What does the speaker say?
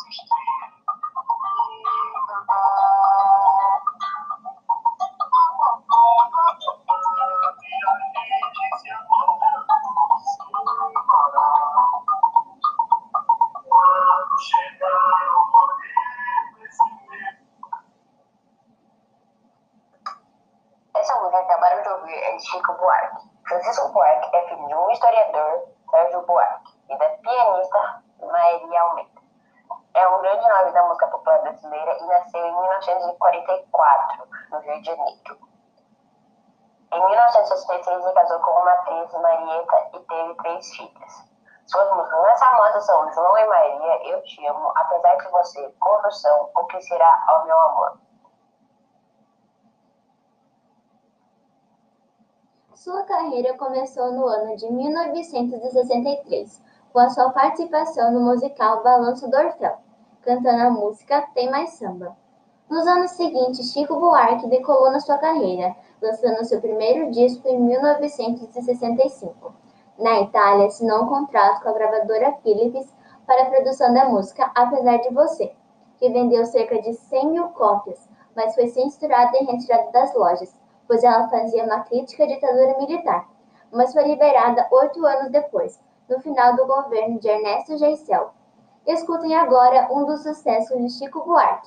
Essa música que acabaram de ouvir é de Chico Buarque. Francisco Buarque é filho de um historiador, Sérgio Buarque, e da pianista Maria Almeida. É um grande nome da música popular brasileira e nasceu em 1944, no Rio de Janeiro. Em 1966, ele casou com uma atriz, Marieta, e teve 3 filhas. Suas músicas mais famosas são João e Maria, Eu Te Amo, Apesar de Você, Construção, O Que Será ao Meu Amor. Sua carreira começou no ano de 1963, com a sua participação no musical Balanço do Orfeu, cantando a música Tem Mais Samba. Nos anos seguintes, Chico Buarque decolou na sua carreira, lançando seu primeiro disco em 1965. Na Itália, assinou um contrato com a gravadora Philips para a produção da música Apesar de Você, que vendeu cerca de 100 mil cópias, mas foi censurada e retirada das lojas, pois ela fazia uma crítica à ditadura militar, mas foi liberada 8 anos depois, no final do governo de Ernesto Geisel. Escutem agora um dos sucessos de Chico Buarque.